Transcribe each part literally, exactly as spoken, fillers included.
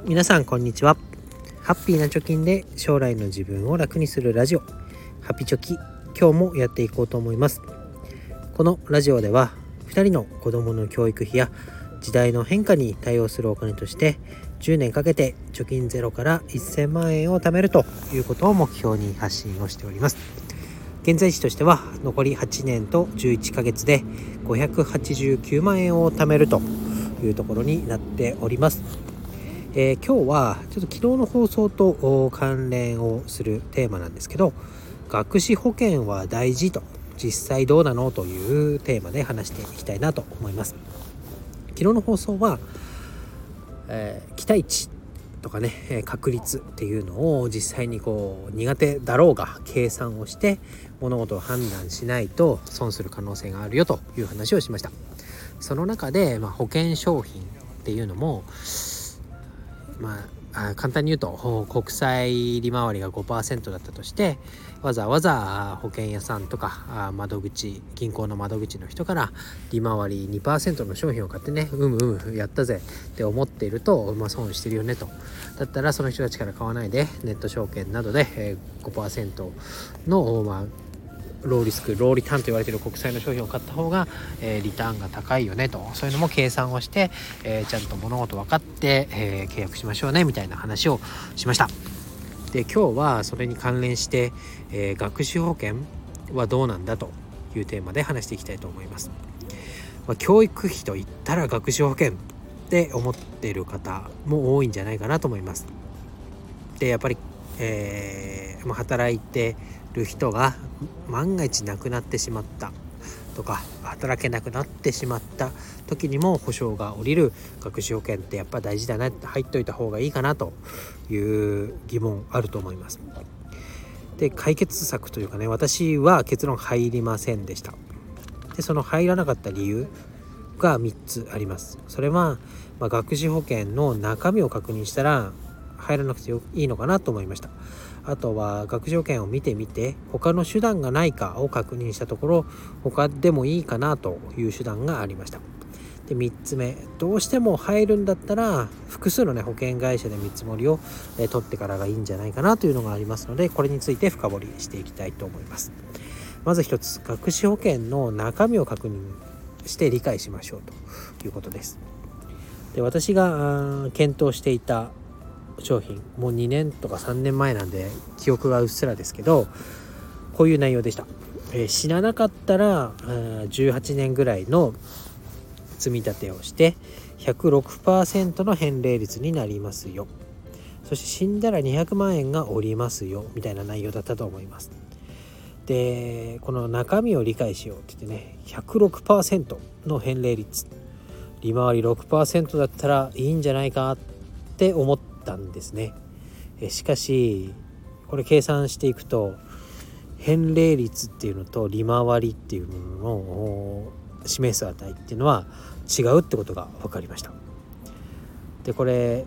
皆さんこんにちは。ハッピーな貯金で将来の自分を楽にするラジオ、ハピチョキ、今日もやっていこうと思います。このラジオではふたりの子供の教育費や時代の変化に対応するお金としてじゅうねんかけて貯金ゼロからせんまんえんを貯めるということを目標に発信をしております。現在地としては残りはちねんとじゅういっかげつでごひゃくはちじゅうきゅうまんえんを貯めるというところになっております。えー、今日はちょっと昨日の放送と関連をするテーマなんですけど、学資保険は大事と実際どうなのというテーマで話していきたいなと思います。昨日の放送は、えー、期待値とかね、確率っていうのを実際にこう苦手だろうが計算をして物事を判断しないと損する可能性があるよという話をしました。その中で、まあ、保険商品っていうのも、まあ、簡単に言うと国債利回りが ごパーセント だったとしてわざわざ保険屋さんとか窓口銀行の窓口の人から利回り にパーセント の商品を買ってねうむうむやったぜって思っていると、まあ、損してるよねと。だったらその人たちから買わないでネット証券などで ごパーセント の、まあローリスクローリターンと言われている国債の商品を買った方が、えー、リターンが高いよねと、そういうのも計算をして、えー、ちゃんと物事分かって、えー、契約しましょうねみたいな話をしました。で今日はそれに関連して、えー、学資保険はどうなんだというテーマで話していきたいと思います。まあ、教育費といったら学資保険って思っている方も多いんじゃないかなと思います。でやっぱり、えーまあ、働いてる人が万が一亡くなってしまったとか働けなくなってしまった時にも保証が下りる学資保険ってやっぱ大事だなって入っといた方がいいかなという疑問あると思います。で解決策というかね、私は結論入りませんでした。でその入らなかった理由がみっつあります。それは、まあ、学資保険の中身を確認したら入らなくていいのかなと思いました。あとは学資保険を見てみて他の手段がないかを確認したところ他でもいいかなという手段がありました。でみっつめ、どうしても入るんだったら複数のね保険会社で見積もりを、えー、取ってからがいいんじゃないかなというのがありますので、これについて深掘りしていきたいと思います。まず一つ、学資保険の中身を確認して理解しましょうということです。で私が検討していた商品もうにねんとかさんねんまえなんで記憶がうっすらですけど、こういう内容でした。えー、死ななかったらじゅうはちねんぐらいの積み立てをしてひゃくろくパーセント の返礼率になりますよ、そして死んだらにひゃくまんえんが下りますよみたいな内容だったと思います。でこの中身を理解しようって言ってね ひゃくろくパーセント の返礼率、利回り ろくパーセント だったらいいんじゃないかって思ったんですね。えしかしこれ計算していくと返礼率っていうのと利回りっていうものの示す値っていうのは違うってことが分かりました。でこれ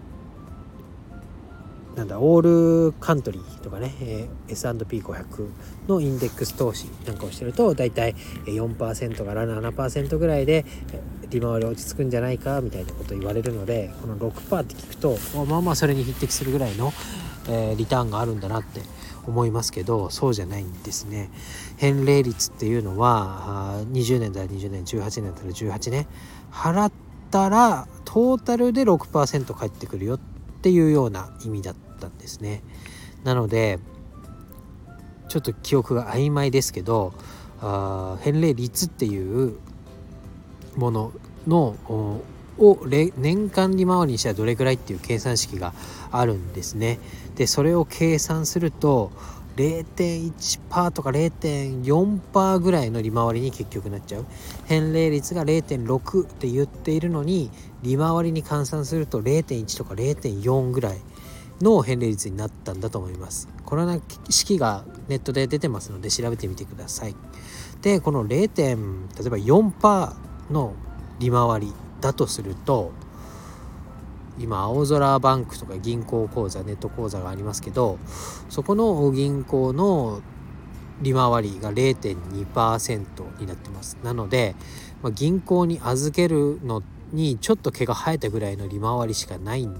なんだオールカントリーとかね、えー、エスアンドピーごひゃく のインデックス投資なんかをしてるとだいたい よんパーセント から ななパーセント ぐらいで利回り落ち着くんじゃないかみたいなこと言われるので、この ろくパーセント って聞くとまあまあそれに匹敵するぐらいの、えー、リターンがあるんだなって思いますけど、そうじゃないんですね。返礼率っていうのはにじゅうねんだらにじゅうねん、じゅうはちねんだらじゅうはちねん払ったらトータルで ろくパーセント 返ってくるよっていうような意味だったんですね。なのでちょっと記憶が曖昧ですけど、あ返礼率っていうもののを年間利回りにしたらどれくらいっていう計算式があるんですね。でそれを計算すると れいてんいちパーセント とか れいてんよんパーセント ぐらいの利回りに結局なっちゃう。返礼率が れいてんろく って言っているのに利回りに換算すると れいてんいち とか れいてんよん ぐらいの返礼率になったんだと思います。これは式がネットで出てますので調べてみてください。でこの れいてん 例えば よんパーセント の利回りだとすると、今青空バンクとか銀行口座ネット口座がありますけど、そこの銀行の利回りが れいてんにパーセント になってます。なので、まあ、銀行に預けるのにちょっと毛が生えたぐらいの利回りしかないんだっ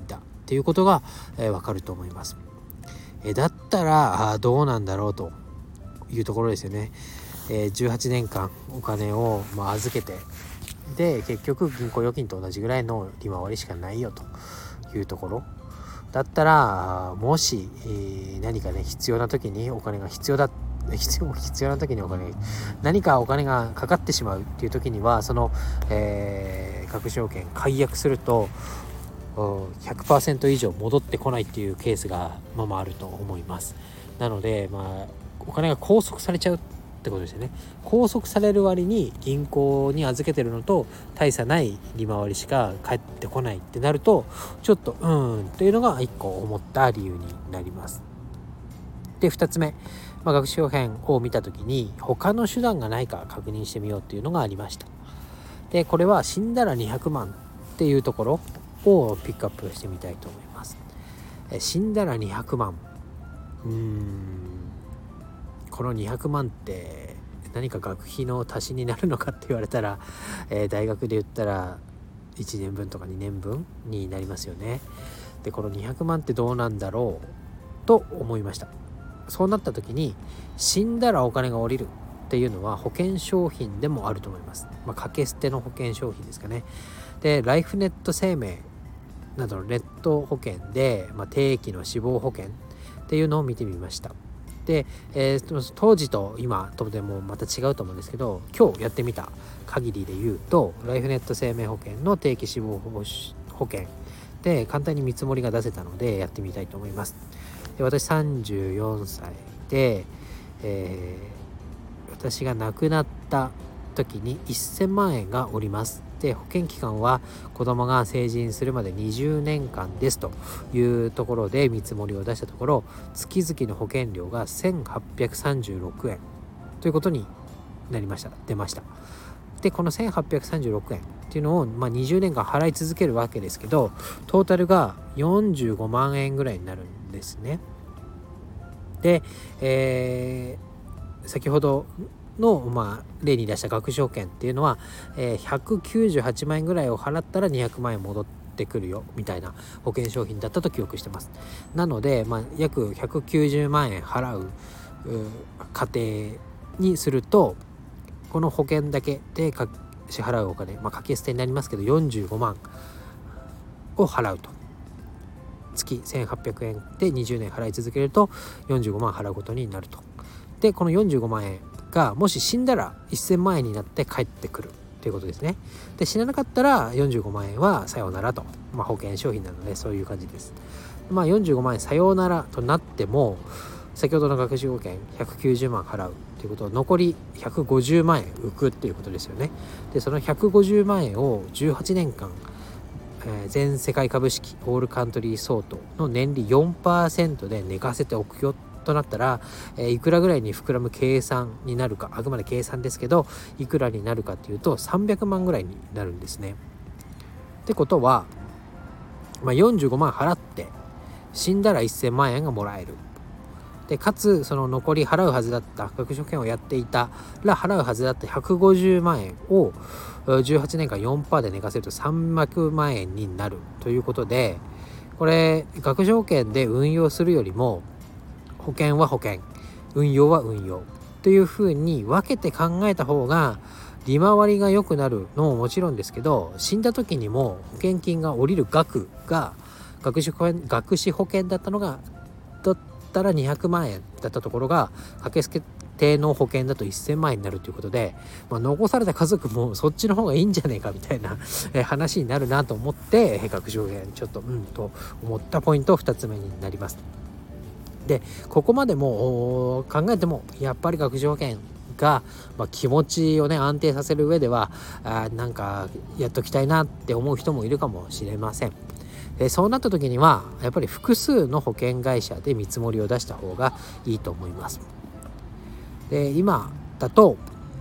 っていうことが、えー、分かると思います。えー、だったらどうなんだろうというところですよね。えー、じゅうはちねんかんお金を、まあ、預けて、で結局銀行預金と同じぐらいの利回りしかないよというところだったら、もし、えー、何かね必要な時にお金が必要だ必要必要な時にお金何かお金がかかってしまうっていう時には、その、えー、確証券解約すると ひゃくパーセント 以上戻ってこないっていうケースがまあまああると思います。なので、まあ、お金が拘束されちゃうってことですよね。拘束される割に銀行に預けてるのと大差ない利回りしか返ってこないってなると、ちょっとうーんというのがいっこ思った理由になります。でふたつめ、まあ、学習編を見た時に他の手段がないか確認してみようっていうのがありました。でこれは死んだらにひゃくまんっていうところをピックアップしてみたいと思います。え死んだらにひゃくまん、うーんこのにひゃくまんって何か学費の足しになるのかって言われたら、えー、大学で言ったらいちねんぶんとかにねんぶんになりますよね。でこのにひゃくまんってどうなんだろうと思いました。そうなった時に死んだらお金が下りるっていうのは保険商品でもあると思います。まあ、掛け捨ての保険商品ですかね。でライフネット生命などのネット保険で、まあ、定期の死亡保険っていうのを見てみました。で、えー、当時と今とでもまた違うと思うんですけど、今日やってみた限りで言うとライフネット生命保険の定期死亡保険で簡単に見積もりが出せたのでやってみたいと思います。で私さんじゅうよんさいで、えー、私が亡くなった時にせんまんえんが下ります。で保険期間は子供が成人するまでにじゅうねんかんですというところで見積もりを出したところ、月々の保険料がせんはっぴゃくさんじゅうろくえんということになりました出ました。でこのせんはっぴゃくさんじゅうろくえんっていうのを、まあ、にじゅうねんかん払い続けるわけですけど、トータルがよんじゅうごまんえんぐらいになるんですね。で、えー、先ほどの、まあ、例に出した学習保険っていうのは、えー、ひゃくきゅうじゅうはちまんえんぐらいを払ったらにひゃくまんえん戻ってくるよみたいな保険商品だったと記憶してます。なので、まあ、約ひゃくきゅうじゅうまんえん払う家庭にすると、この保険だけで支払うお金、まあ、掛け捨てになりますけどよんじゅうごまんを払うと、月せんはっぴゃくえんでにじゅうねん払い続けるとよんじゅうごまん払うことになると。でこのよんじゅうごまんえんがもし死んだらせんまんえんになって帰ってくるということですね。で死ななかったらよんじゅうごまんえんはさようならと、まあ、保険商品なのでそういう感じです。まあよんじゅうごまんえんさようならとなっても、先ほどの学習保険ひゃくきゅうじゅうまん払うということは残りひゃくごじゅうまんえん浮くっていうことですよね。でそのひゃくごじゅうまんえんをじゅうはちねんかん、えー、全世界株式オールカントリー相当の年利 よんパーセント で寝かせておくよとなったら、えー、いくらぐらいに膨らむ計算になるか、あくまで計算ですけどいくらになるかっていうとさんびゃくまんぐらいになるんですね。ってことは、まあ、よんじゅうごまん払って死んだらせんまんえんがもらえる。でかつその残り払うはずだった学習保険をやっていたら払うはずだったひゃくごじゅうまんえんをじゅうはちねんかん よんパーセント で寝かせるとさんびゃくまんえんになるということで、これ学習保険で運用するよりも保険は保険、運用は運用というふうに分けて考えた方が利回りが良くなるのももちろんですけど、死んだ時にも保険金が下りる額が学資保険、学資保険だったのがだったらにひゃくまんえんだったところが掛け捨ての保険だとせんまんえんになるということで、まあ、残された家族もそっちの方がいいんじゃねえかみたいな話になるなと思って、学資保険ちょっとうんと思ったポイントふたつめになります。でここまでも考えてもやっぱり学資保険が、まあ、気持ちをね安定させる上ではあなんかやっときたいなって思う人もいるかもしれません。でそうなった時にはやっぱり複数の保険会社で見積もりを出した方がいいと思います。で今だと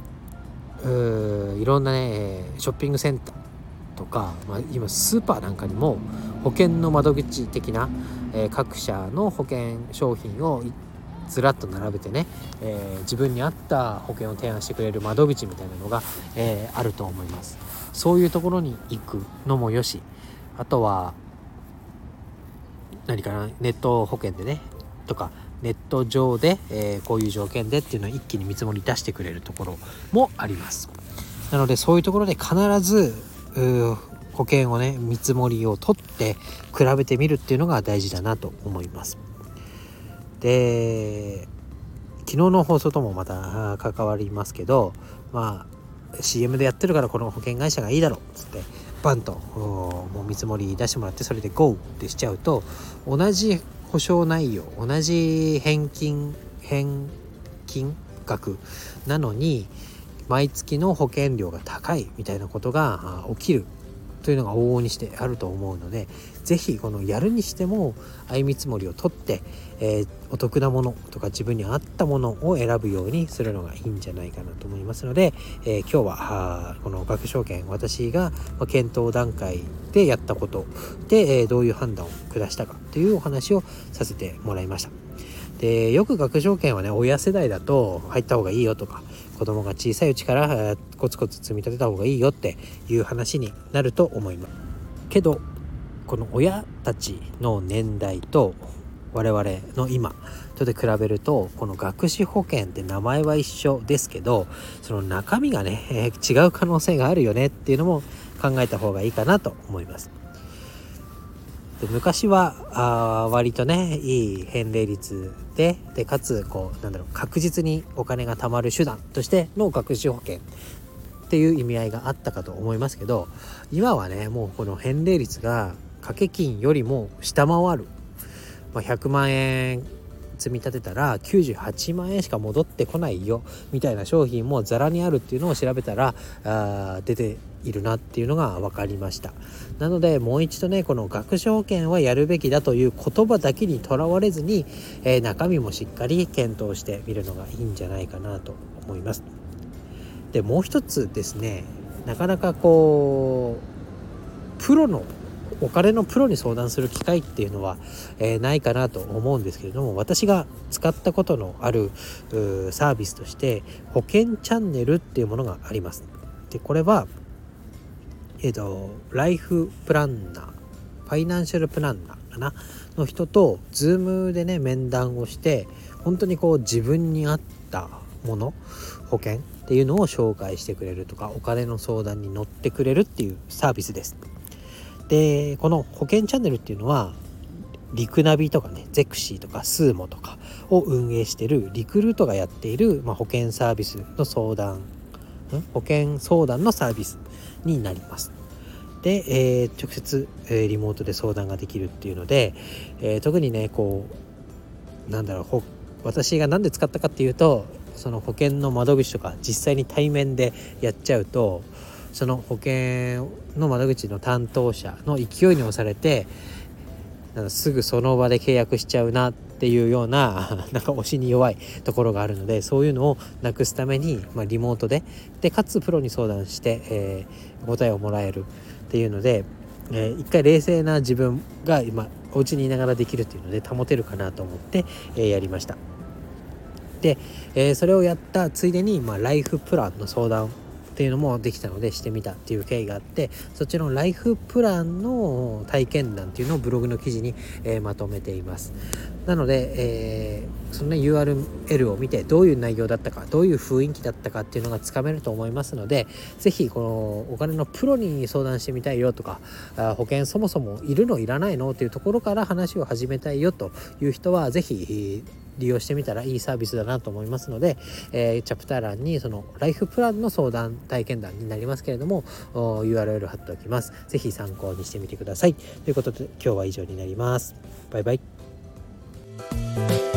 いろんなねショッピングセンターとか、まあ、今スーパーなんかにも保険の窓口的な、えー、各社の保険商品をずらっと並べてね、えー、自分に合った保険を提案してくれる窓口みたいなのが、えー、あると思います。そういうところに行くのもよし、あとは何かなネット保険でねとかネット上で、えー、こういう条件でっていうのを一気に見積もり出してくれるところもあります。なのでそういうところで必ず保険をね見積もりを取って比べてみるっていうのが大事だなと思います。で昨日の放送ともまた関わりますけど、まあ シーエム でやってるからこの保険会社がいいだろうっつってバンともう見積もり出してもらってそれで ゴー ってしちゃうと、同じ保証内容同じ返金返金額なのに毎月の保険料が高いみたいなことが起きるというのが往々にしてあると思うので、ぜひこのやるにしても相見積もりを取って、えー、お得なものとか自分に合ったものを選ぶようにするのがいいんじゃないかなと思いますので、えー、今日はこの学証券私が検討段階でやったことで、えー、どういう判断を下したかというお話をさせてもらいました。でよく学証券はね親世代だと入った方がいいよとか、子供が小さいうちからコツコツ積み立てた方がいいよっていう話になると思いますけど、この親たちの年代と我々の今とで比べると、この学資保険って名前は一緒ですけどその中身がね、えー、違う可能性があるよねっていうのも考えた方がいいかなと思います。で昔はあ割とねいい返礼率ででかつこうなんだろう確実にお金が貯まる手段としての学資保険っていう意味合いがあったかと思いますけど、今はねもうこの返礼率が掛け金よりも下回る、まあ、ひゃくまんえん積み立てたらきゅうじゅうはちまんえんしか戻ってこないよみたいな商品もザラにあるっていうのを調べたらあ出ているなっていうのが分かりました。なのでもう一度ねこの学資保険はやるべきだという言葉だけにとらわれずに、えー、中身もしっかり検討してみるのがいいんじゃないかなと思います。でもう一つですね、なかなかこうプロのお金のプロに相談する機会っていうのは、えー、ないかなと思うんですけれども、私が使ったことのあるサービスとして保険チャンネルっていうものがあります。でこれはえーとライフプランナーファイナンシャルプランナーかなの人とズームでね面談をして、本当にこう自分に合ったもの保険っていうのを紹介してくれるとか、お金の相談に乗ってくれるっていうサービスです。でこの保険チャンネルっていうのはリクナビとかねゼクシーとかスーモとかを運営しているリクルートがやっている、まあ、保険サービスの相談保険相談のサービスになります。で、えー、直接、えー、リモートで相談ができるっていうので、えー、特にねこうなんだろう私が何で使ったかっていうと、その保険の窓口とか実際に対面でやっちゃうと、その保険の窓口の担当者の勢いに押されてなんかすぐその場で契約しちゃうなっていうようななんか押しに弱いところがあるので、そういうのをなくすために、まあ、リモートででかつプロに相談して、えー、答えをもらえるっていうので、えー、一回冷静な自分が今お家にいながらできるっていうので保てるかなと思って、えー、やりました。で、えー、それをやったついでに、まあ、ライフプランの相談っていうのもできたのでしてみたっていう経緯があって、そっちのライフプランの体験談っていうのをブログの記事に、えー、まとめています。なので、えー、そのね ユーアールエル を見てどういう内容だったかどういう雰囲気だったかっていうのがつかめると思いますので、ぜひこのお金のプロに相談してみたいよとか、あ保険そもそもいるのいらないのっていうところから話を始めたいよという人はぜひ利用してみたらいいサービスだなと思いますので、えー、チャプター欄にそのライフプランの相談体験談になりますけれども ユーアールエル 貼っておきます。ぜひ参考にしてみてくださいということで、今日は以上になります。バイバイ。